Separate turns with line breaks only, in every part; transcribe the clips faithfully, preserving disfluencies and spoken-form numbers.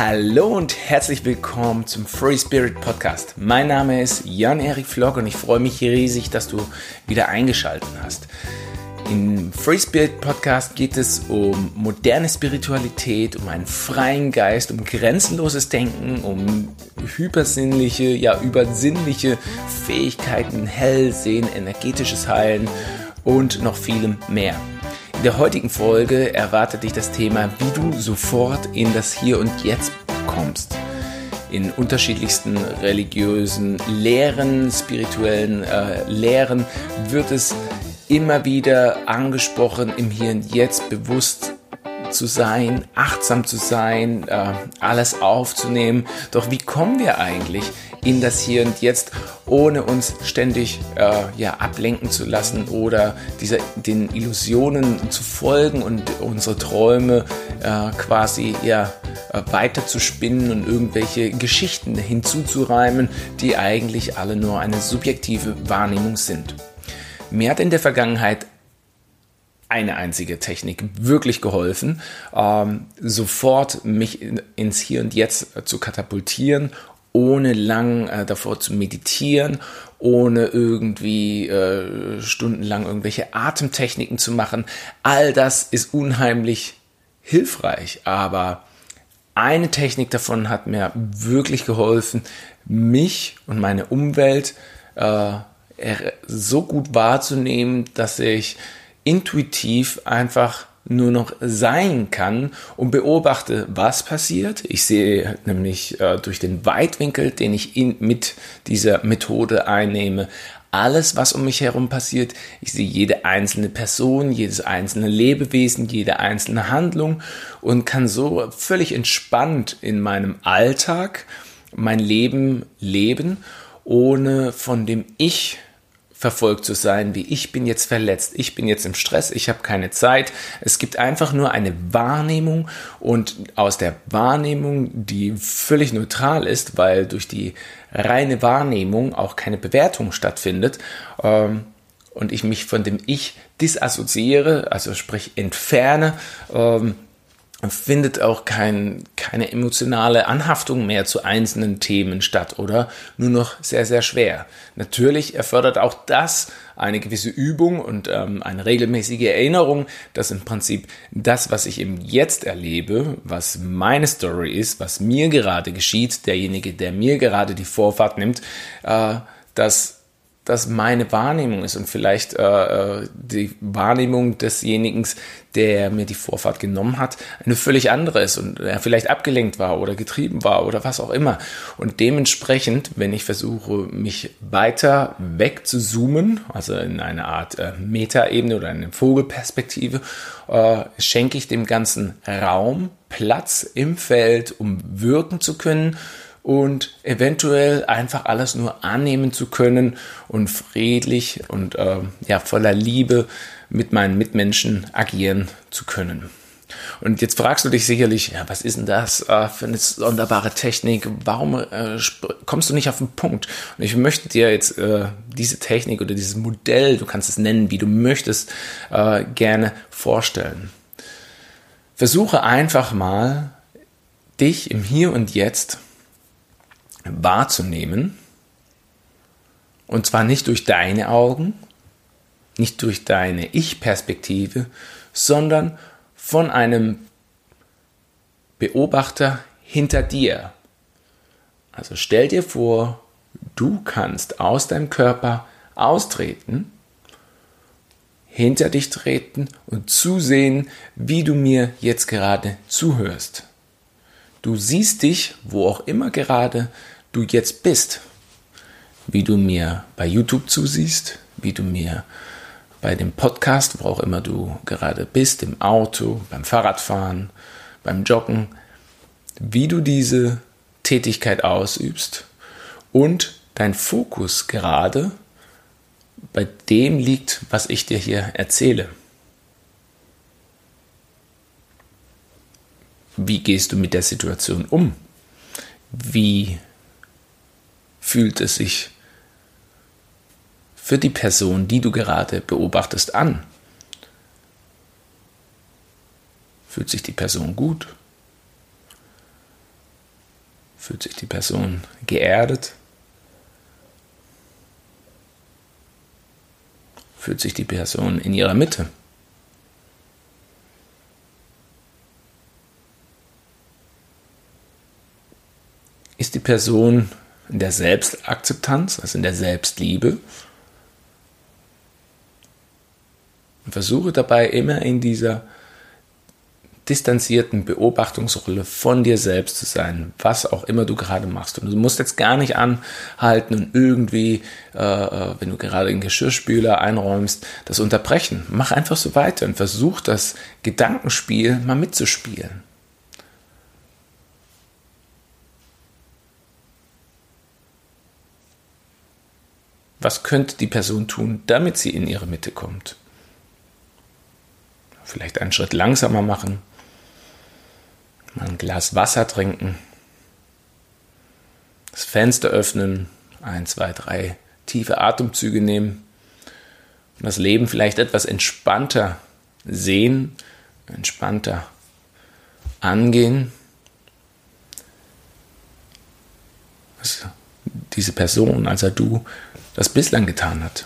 Hallo und herzlich willkommen zum Free Spirit Podcast. Mein Name ist Jan-Erik Flock und ich freue mich riesig, dass du wieder eingeschaltet hast. Im Free Spirit Podcast geht es um moderne Spiritualität, um einen freien Geist, um grenzenloses Denken, um hypersinnliche, ja übersinnliche Fähigkeiten, Hellsehen, energetisches Heilen und noch vielem mehr. In der heutigen Folge erwartet dich das Thema, wie du sofort in das Hier und Jetzt kommst. In unterschiedlichsten religiösen Lehren, spirituellen äh, Lehren wird es immer wieder angesprochen, im Hier und Jetzt bewusst zu sein, achtsam zu sein, äh, alles aufzunehmen. Doch wie kommen wir eigentlich in das Hier und Jetzt, ohne uns ständig äh, ja, ablenken zu lassen oder dieser, den Illusionen zu folgen und unsere Träume äh, quasi ja, äh, weiter zu spinnen und irgendwelche Geschichten hinzuzureimen, die eigentlich alle nur eine subjektive Wahrnehmung sind. Mir hat in der Vergangenheit eine einzige Technik wirklich geholfen, ähm, sofort mich in, ins Hier und Jetzt äh, zu katapultieren, ohne lang äh, davor zu meditieren, ohne irgendwie äh, stundenlang irgendwelche Atemtechniken zu machen. All das ist unheimlich hilfreich, aber eine Technik davon hat mir wirklich geholfen, mich und meine Umwelt äh, so gut wahrzunehmen, dass ich intuitiv einfach nur noch sein kann und beobachte, was passiert. Ich sehe nämlich äh, durch den Weitwinkel, den ich in, mit dieser Methode einnehme, alles, was um mich herum passiert. Ich sehe jede einzelne Person, jedes einzelne Lebewesen, jede einzelne Handlung und kann so völlig entspannt in meinem Alltag mein Leben leben, ohne von dem Ich verfolgt zu sein, wie ich bin jetzt verletzt, ich bin jetzt im Stress, ich habe keine Zeit. Es gibt einfach nur eine Wahrnehmung und aus der Wahrnehmung, die völlig neutral ist, weil durch die reine Wahrnehmung auch keine Bewertung stattfindet ähm, und ich mich von dem Ich disassoziiere, also sprich entferne, ähm, findet auch kein, keine emotionale Anhaftung mehr zu einzelnen Themen statt oder nur noch sehr, sehr schwer. Natürlich erfordert auch das eine gewisse Übung und ähm, eine regelmäßige Erinnerung, dass im Prinzip das, was ich im Jetzt erlebe, was meine Story ist, was mir gerade geschieht, derjenige, der mir gerade die Vorfahrt nimmt, äh, dass das meine Wahrnehmung ist und vielleicht äh, die Wahrnehmung desjenigen, der mir die Vorfahrt genommen hat, eine völlig andere ist und er vielleicht abgelenkt war oder getrieben war oder was auch immer. Und dementsprechend, wenn ich versuche, mich weiter weg zu zoomen, also in eine Art äh, Metaebene oder eine Vogelperspektive, äh, schenke ich dem ganzen Raum, Platz im Feld, um wirken zu können, und eventuell einfach alles nur annehmen zu können und friedlich und äh, ja, voller Liebe mit meinen Mitmenschen agieren zu können. Und jetzt fragst du dich sicherlich, ja, was ist denn das äh, für eine sonderbare Technik? Warum äh, sp- kommst du nicht auf den Punkt? Und ich möchte dir jetzt äh, diese Technik oder dieses Modell, du kannst es nennen, wie du möchtest, äh, gerne vorstellen. Versuche einfach mal, dich im Hier und Jetzt wahrzunehmen, und zwar nicht durch deine Augen, nicht durch deine Ich-Perspektive, sondern von einem Beobachter hinter dir. Also stell dir vor, du kannst aus deinem Körper austreten, hinter dich treten und zusehen, wie du mir jetzt gerade zuhörst. Du siehst dich, wo auch immer gerade du jetzt bist, wie du mir bei YouTube zusiehst, wie du mir bei dem Podcast, wo auch immer du gerade bist, im Auto, beim Fahrradfahren, beim Joggen, wie du diese Tätigkeit ausübst und dein Fokus gerade bei dem liegt, was ich dir hier erzähle. Wie gehst du mit der Situation um? Wie fühlt es sich für die Person, die du gerade beobachtest, an? Fühlt sich die Person gut? Fühlt sich die Person geerdet? Fühlt sich die Person in ihrer Mitte? Ist die Person in der Selbstakzeptanz, also in der Selbstliebe? Und versuche dabei immer in dieser distanzierten Beobachtungsrolle von dir selbst zu sein, was auch immer du gerade machst. Und du musst jetzt gar nicht anhalten und irgendwie, äh, wenn du gerade den Geschirrspüler einräumst, das unterbrechen. Mach einfach so weiter und versuch das Gedankenspiel mal mitzuspielen. Was könnte die Person tun, damit sie in ihre Mitte kommt? Vielleicht einen Schritt langsamer machen, mal ein Glas Wasser trinken, das Fenster öffnen, ein, zwei, drei tiefe Atemzüge nehmen und das Leben vielleicht etwas entspannter sehen, entspannter angehen. Was diese Person, also du, das bislang getan hat.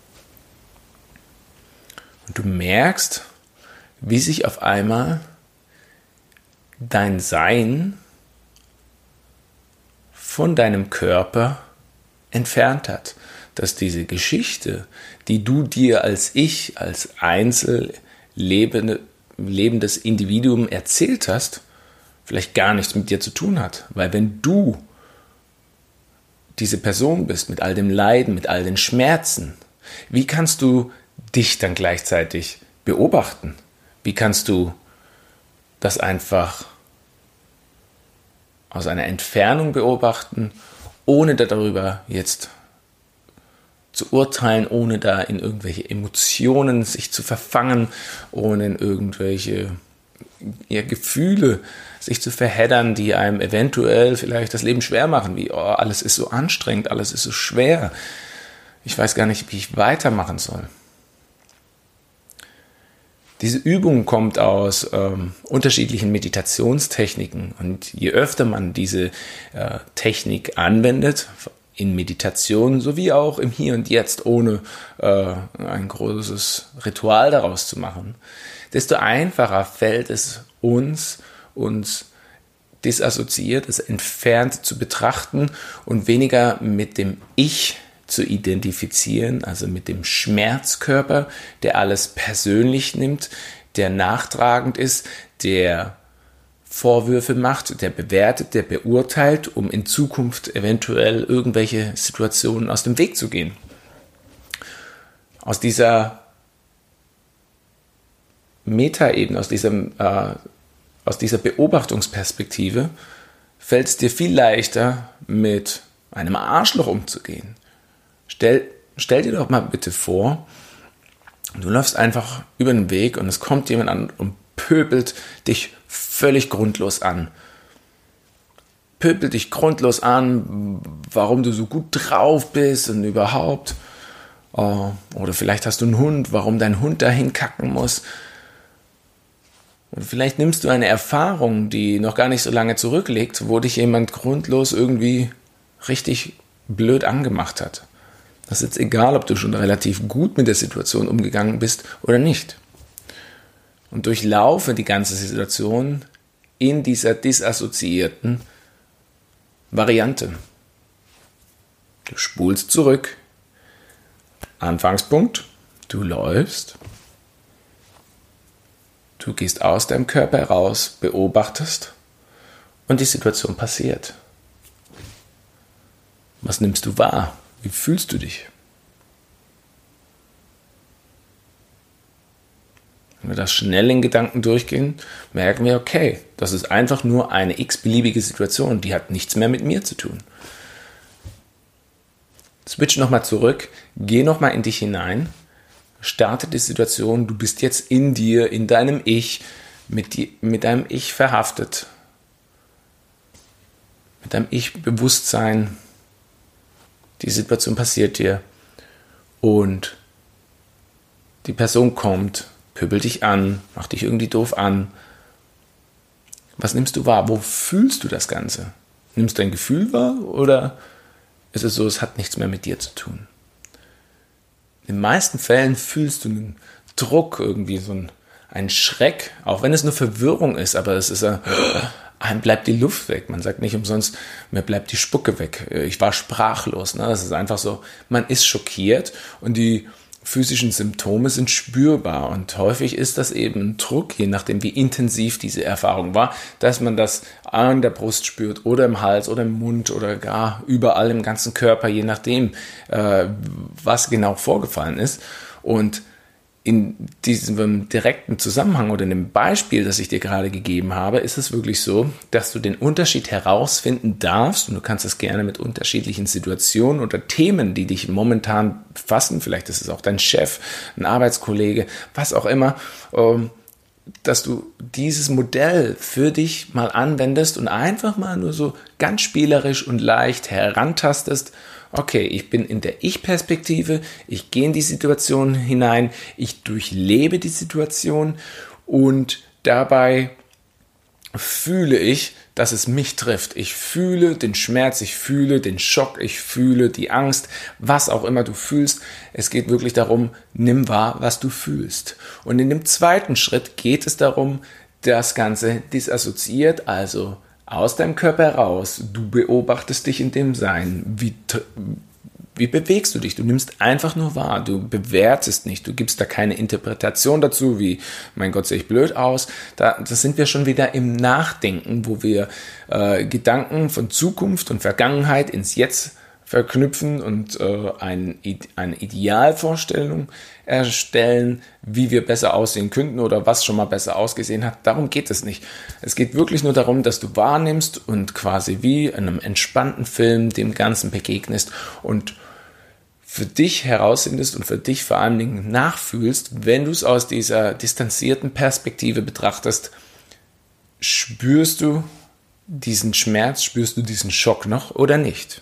Und du merkst, wie sich auf einmal dein Sein von deinem Körper entfernt hat. Dass diese Geschichte, die du dir als Ich, als einzel lebende, lebendes Individuum erzählt hast, vielleicht gar nichts mit dir zu tun hat. Weil wenn du diese Person bist, mit all dem Leiden, mit all den Schmerzen, wie kannst du dich dann gleichzeitig beobachten? Wie kannst du das einfach aus einer Entfernung beobachten, ohne darüber jetzt zu urteilen, ohne da in irgendwelche Emotionen sich zu verfangen, ohne in irgendwelche ja, Gefühle sich zu verheddern, die einem eventuell vielleicht das Leben schwer machen, wie oh, alles ist so anstrengend, alles ist so schwer, ich weiß gar nicht, wie ich weitermachen soll. Diese Übung kommt aus ähm, unterschiedlichen Meditationstechniken und je öfter man diese äh, Technik anwendet, in Meditation sowie auch im Hier und Jetzt, ohne äh, ein großes Ritual daraus zu machen, desto einfacher fällt es uns, uns disassoziiert, es entfernt zu betrachten und weniger mit dem Ich zu identifizieren, also mit dem Schmerzkörper, der alles persönlich nimmt, der nachtragend ist, der Vorwürfe macht, der bewertet, der beurteilt, um in Zukunft eventuell irgendwelche Situationen aus dem Weg zu gehen. Aus dieser Metaebene, aus diesem, äh, aus dieser Beobachtungsperspektive fällt es dir viel leichter, mit einem Arschloch umzugehen. Stell, stell dir doch mal bitte vor, du läufst einfach über den Weg und es kommt jemand an und pöbelt dich völlig grundlos an. Pöbelt dich grundlos an, warum du so gut drauf bist und überhaupt. Oh, oder vielleicht hast du einen Hund, warum dein Hund dahin kacken muss. Und vielleicht nimmst du eine Erfahrung, die noch gar nicht so lange zurückliegt, wo dich jemand grundlos irgendwie richtig blöd angemacht hat. Das ist jetzt egal, ob du schon relativ gut mit der Situation umgegangen bist oder nicht. Und durchlaufe die ganze Situation in dieser disassoziierten Variante. Du spulst zurück. Anfangspunkt. Du läufst. Du gehst aus deinem Körper heraus, beobachtest und die Situation passiert. Was nimmst du wahr? Wie fühlst du dich? Wenn wir das schnell in Gedanken durchgehen, merken wir, okay, das ist einfach nur eine x-beliebige Situation, die hat nichts mehr mit mir zu tun. Switch nochmal zurück, geh nochmal in dich hinein, starte die Situation, du bist jetzt in dir, in deinem Ich, mit, die, mit deinem Ich verhaftet, mit deinem Ich-Bewusstsein. Die Situation passiert dir und die Person kommt, pöbelt dich an, macht dich irgendwie doof an. Was nimmst du wahr? Wo fühlst du das Ganze? Nimmst du ein Gefühl wahr oder ist es so, es hat nichts mehr mit dir zu tun? In den meisten Fällen fühlst du einen Druck, irgendwie so einen, einen Schreck, auch wenn es nur Verwirrung ist, aber es ist ein, einem bleibt die Luft weg. Man sagt nicht umsonst, mir bleibt die Spucke weg. Ich war sprachlos. Ne? Das ist einfach so, man ist schockiert und die physischen Symptome sind spürbar und häufig ist das eben ein Druck, je nachdem wie intensiv diese Erfahrung war, dass man das an der Brust spürt oder im Hals oder im Mund oder gar überall im ganzen Körper, je nachdem, äh, was genau vorgefallen ist. Und in diesem direkten Zusammenhang oder in dem Beispiel, das ich dir gerade gegeben habe, ist es wirklich so, dass du den Unterschied herausfinden darfst und du kannst es gerne mit unterschiedlichen Situationen oder Themen, die dich momentan fassen, vielleicht ist es auch dein Chef, ein Arbeitskollege, was auch immer, dass du dieses Modell für dich mal anwendest und einfach mal nur so ganz spielerisch und leicht herantastest. Okay, ich bin in der Ich-Perspektive, ich gehe in die Situation hinein, ich durchlebe die Situation und dabei fühle ich, dass es mich trifft. Ich fühle den Schmerz, ich fühle den Schock, ich fühle die Angst, was auch immer du fühlst. Es geht wirklich darum, nimm wahr, was du fühlst. Und in dem zweiten Schritt geht es darum, das Ganze disassoziiert, also aus deinem Körper heraus, du beobachtest dich in dem Sein, wie, wie bewegst du dich, du nimmst einfach nur wahr, du bewertest nicht, du gibst da keine Interpretation dazu, wie, mein Gott, sehe ich blöd aus, da das sind wir schon wieder im Nachdenken, wo wir äh, Gedanken von Zukunft und Vergangenheit ins Jetzt verknüpfen und äh, ein, eine Idealvorstellung erstellen, wie wir besser aussehen könnten oder was schon mal besser ausgesehen hat. Darum geht es nicht. Es geht wirklich nur darum, dass du wahrnimmst und quasi wie in einem entspannten Film dem Ganzen begegnest und für dich herausfindest und für dich vor allen Dingen nachfühlst, wenn du es aus dieser distanzierten Perspektive betrachtest, spürst du diesen Schmerz, spürst du diesen Schock noch oder nicht?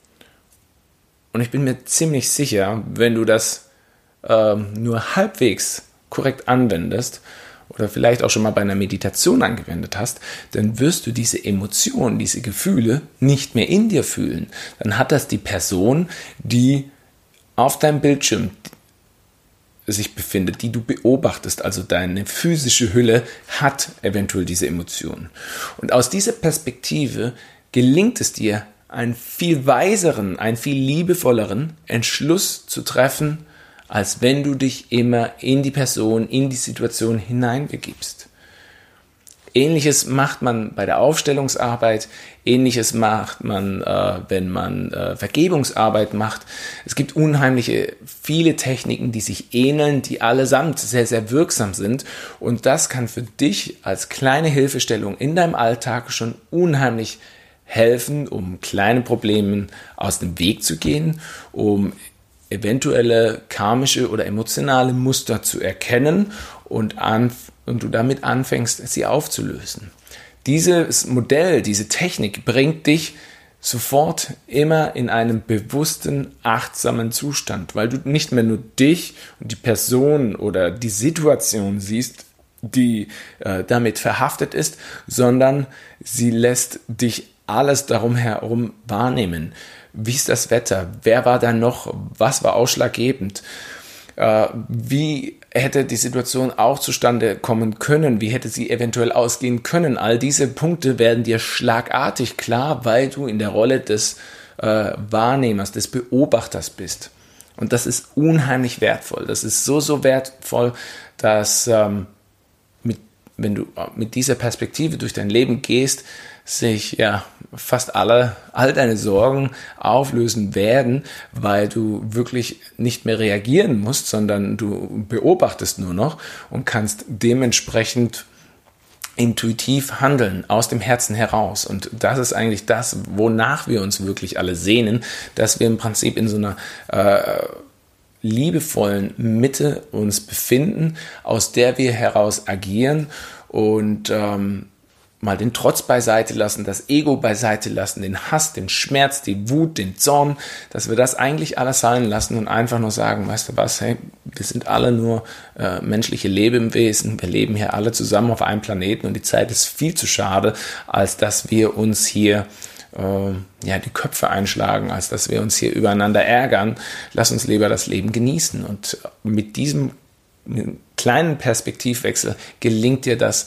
Und ich bin mir ziemlich sicher, wenn du das ähm, nur halbwegs korrekt anwendest oder vielleicht auch schon mal bei einer Meditation angewendet hast, dann wirst du diese Emotionen, diese Gefühle nicht mehr in dir fühlen. Dann hat das die Person, die auf deinem Bildschirm sich befindet, die du beobachtest, also deine physische Hülle hat eventuell diese Emotionen. Und aus dieser Perspektive gelingt es dir, einen viel weiseren, einen viel liebevolleren Entschluss zu treffen, als wenn du dich immer in die Person, in die Situation hineinbegibst. Ähnliches macht man bei der Aufstellungsarbeit, Ähnliches macht man, äh, wenn man äh, Vergebungsarbeit macht. Es gibt unheimliche viele Techniken, die sich ähneln, die allesamt sehr, sehr wirksam sind. Und das kann für dich als kleine Hilfestellung in deinem Alltag schon unheimlich helfen, um kleine Probleme aus dem Weg zu gehen, um eventuelle karmische oder emotionale Muster zu erkennen und, an, und du damit anfängst, sie aufzulösen. Dieses Modell, diese Technik bringt dich sofort immer in einen bewussten, achtsamen Zustand, weil du nicht mehr nur dich und die Person oder die Situation siehst, die äh, damit verhaftet ist, sondern sie lässt dich alles darum herum wahrnehmen. Wie ist das Wetter? Wer war da noch? Was war ausschlaggebend? Äh, wie hätte die Situation auch zustande kommen können? Wie hätte sie eventuell ausgehen können? All diese Punkte werden dir schlagartig klar, weil du in der Rolle des äh, Wahrnehmers, des Beobachters bist. Und das ist unheimlich wertvoll. Das ist so, so wertvoll, dass ähm, mit, wenn du mit dieser Perspektive durch dein Leben gehst, sich ja fast alle, all deine Sorgen auflösen werden, weil du wirklich nicht mehr reagieren musst, sondern du beobachtest nur noch und kannst dementsprechend intuitiv handeln, aus dem Herzen heraus. Und das ist eigentlich das, wonach wir uns wirklich alle sehnen, dass wir im Prinzip in so einer äh, liebevollen Mitte uns befinden, aus der wir heraus agieren und ähm, mal den Trotz beiseite lassen, das Ego beiseite lassen, den Hass, den Schmerz, die Wut, den Zorn, dass wir das eigentlich alles sein lassen und einfach nur sagen, weißt du was, hey, wir sind alle nur äh, menschliche Lebewesen, wir leben hier alle zusammen auf einem Planeten und die Zeit ist viel zu schade, als dass wir uns hier äh, ja, die Köpfe einschlagen, als dass wir uns hier übereinander ärgern. Lass uns lieber das Leben genießen. Und mit diesem kleinen Perspektivwechsel gelingt dir das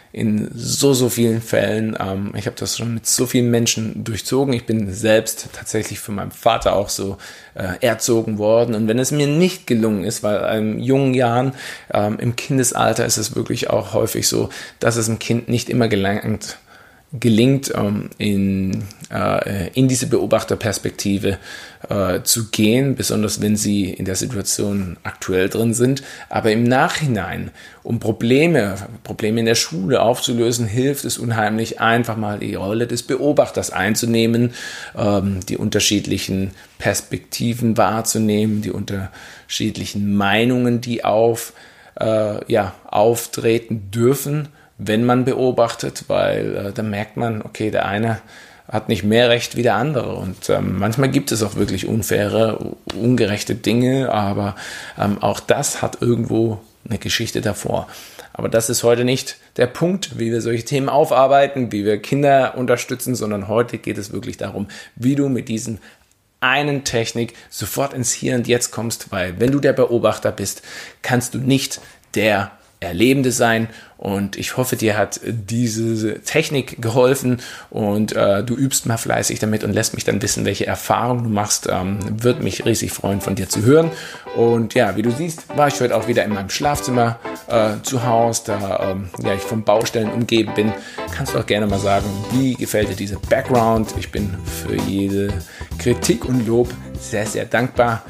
in so, so vielen Fällen. Ähm, ich habe das schon mit so vielen Menschen durchzogen. Ich bin selbst tatsächlich von meinem Vater auch so äh, erzogen worden. Und wenn es mir nicht gelungen ist, weil in jungen Jahren, ähm, im Kindesalter ist es wirklich auch häufig so, dass es dem Kind nicht immer gelangt, gelingt, ähm, in, äh, in diese Beobachterperspektive äh, zu gehen, besonders wenn sie in der Situation aktuell drin sind. Aber im Nachhinein, um Probleme, Probleme in der Schule aufzulösen, hilft es unheimlich, einfach mal die Rolle des Beobachters einzunehmen, ähm, die unterschiedlichen Perspektiven wahrzunehmen, die unterschiedlichen Meinungen, die auf, äh, ja, auftreten dürfen, wenn man beobachtet, weil äh, dann merkt man, okay, der eine hat nicht mehr Recht wie der andere und ähm, manchmal gibt es auch wirklich unfaire, ungerechte Dinge, aber ähm, auch das hat irgendwo eine Geschichte davor. Aber das ist heute nicht der Punkt, wie wir solche Themen aufarbeiten, wie wir Kinder unterstützen, sondern heute geht es wirklich darum, wie du mit diesen einen Technik sofort ins Hier und Jetzt kommst, weil wenn du der Beobachter bist, kannst du nicht der Erlebende sein und ich hoffe, dir hat diese Technik geholfen und äh, du übst mal fleißig damit und lässt mich dann wissen, welche Erfahrungen du machst. Ähm, würde mich riesig freuen, von dir zu hören. Und ja, wie du siehst, war ich heute auch wieder in meinem Schlafzimmer äh, zu Hause, da ähm, ja, ich von Baustellen umgeben bin. Kannst du auch gerne mal sagen, wie gefällt dir dieser Background? Ich bin für jede Kritik und Lob sehr, sehr dankbar.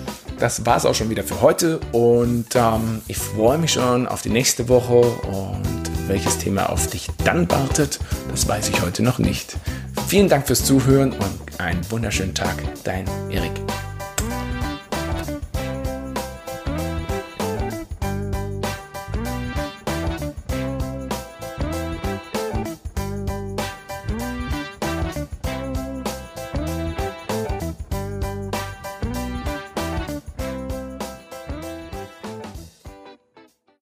Das war es auch schon wieder für heute und ähm, ich freue mich schon auf die nächste Woche und welches Thema auf dich dann wartet, das weiß ich heute noch nicht. Vielen Dank fürs Zuhören und einen wunderschönen Tag, dein Erik.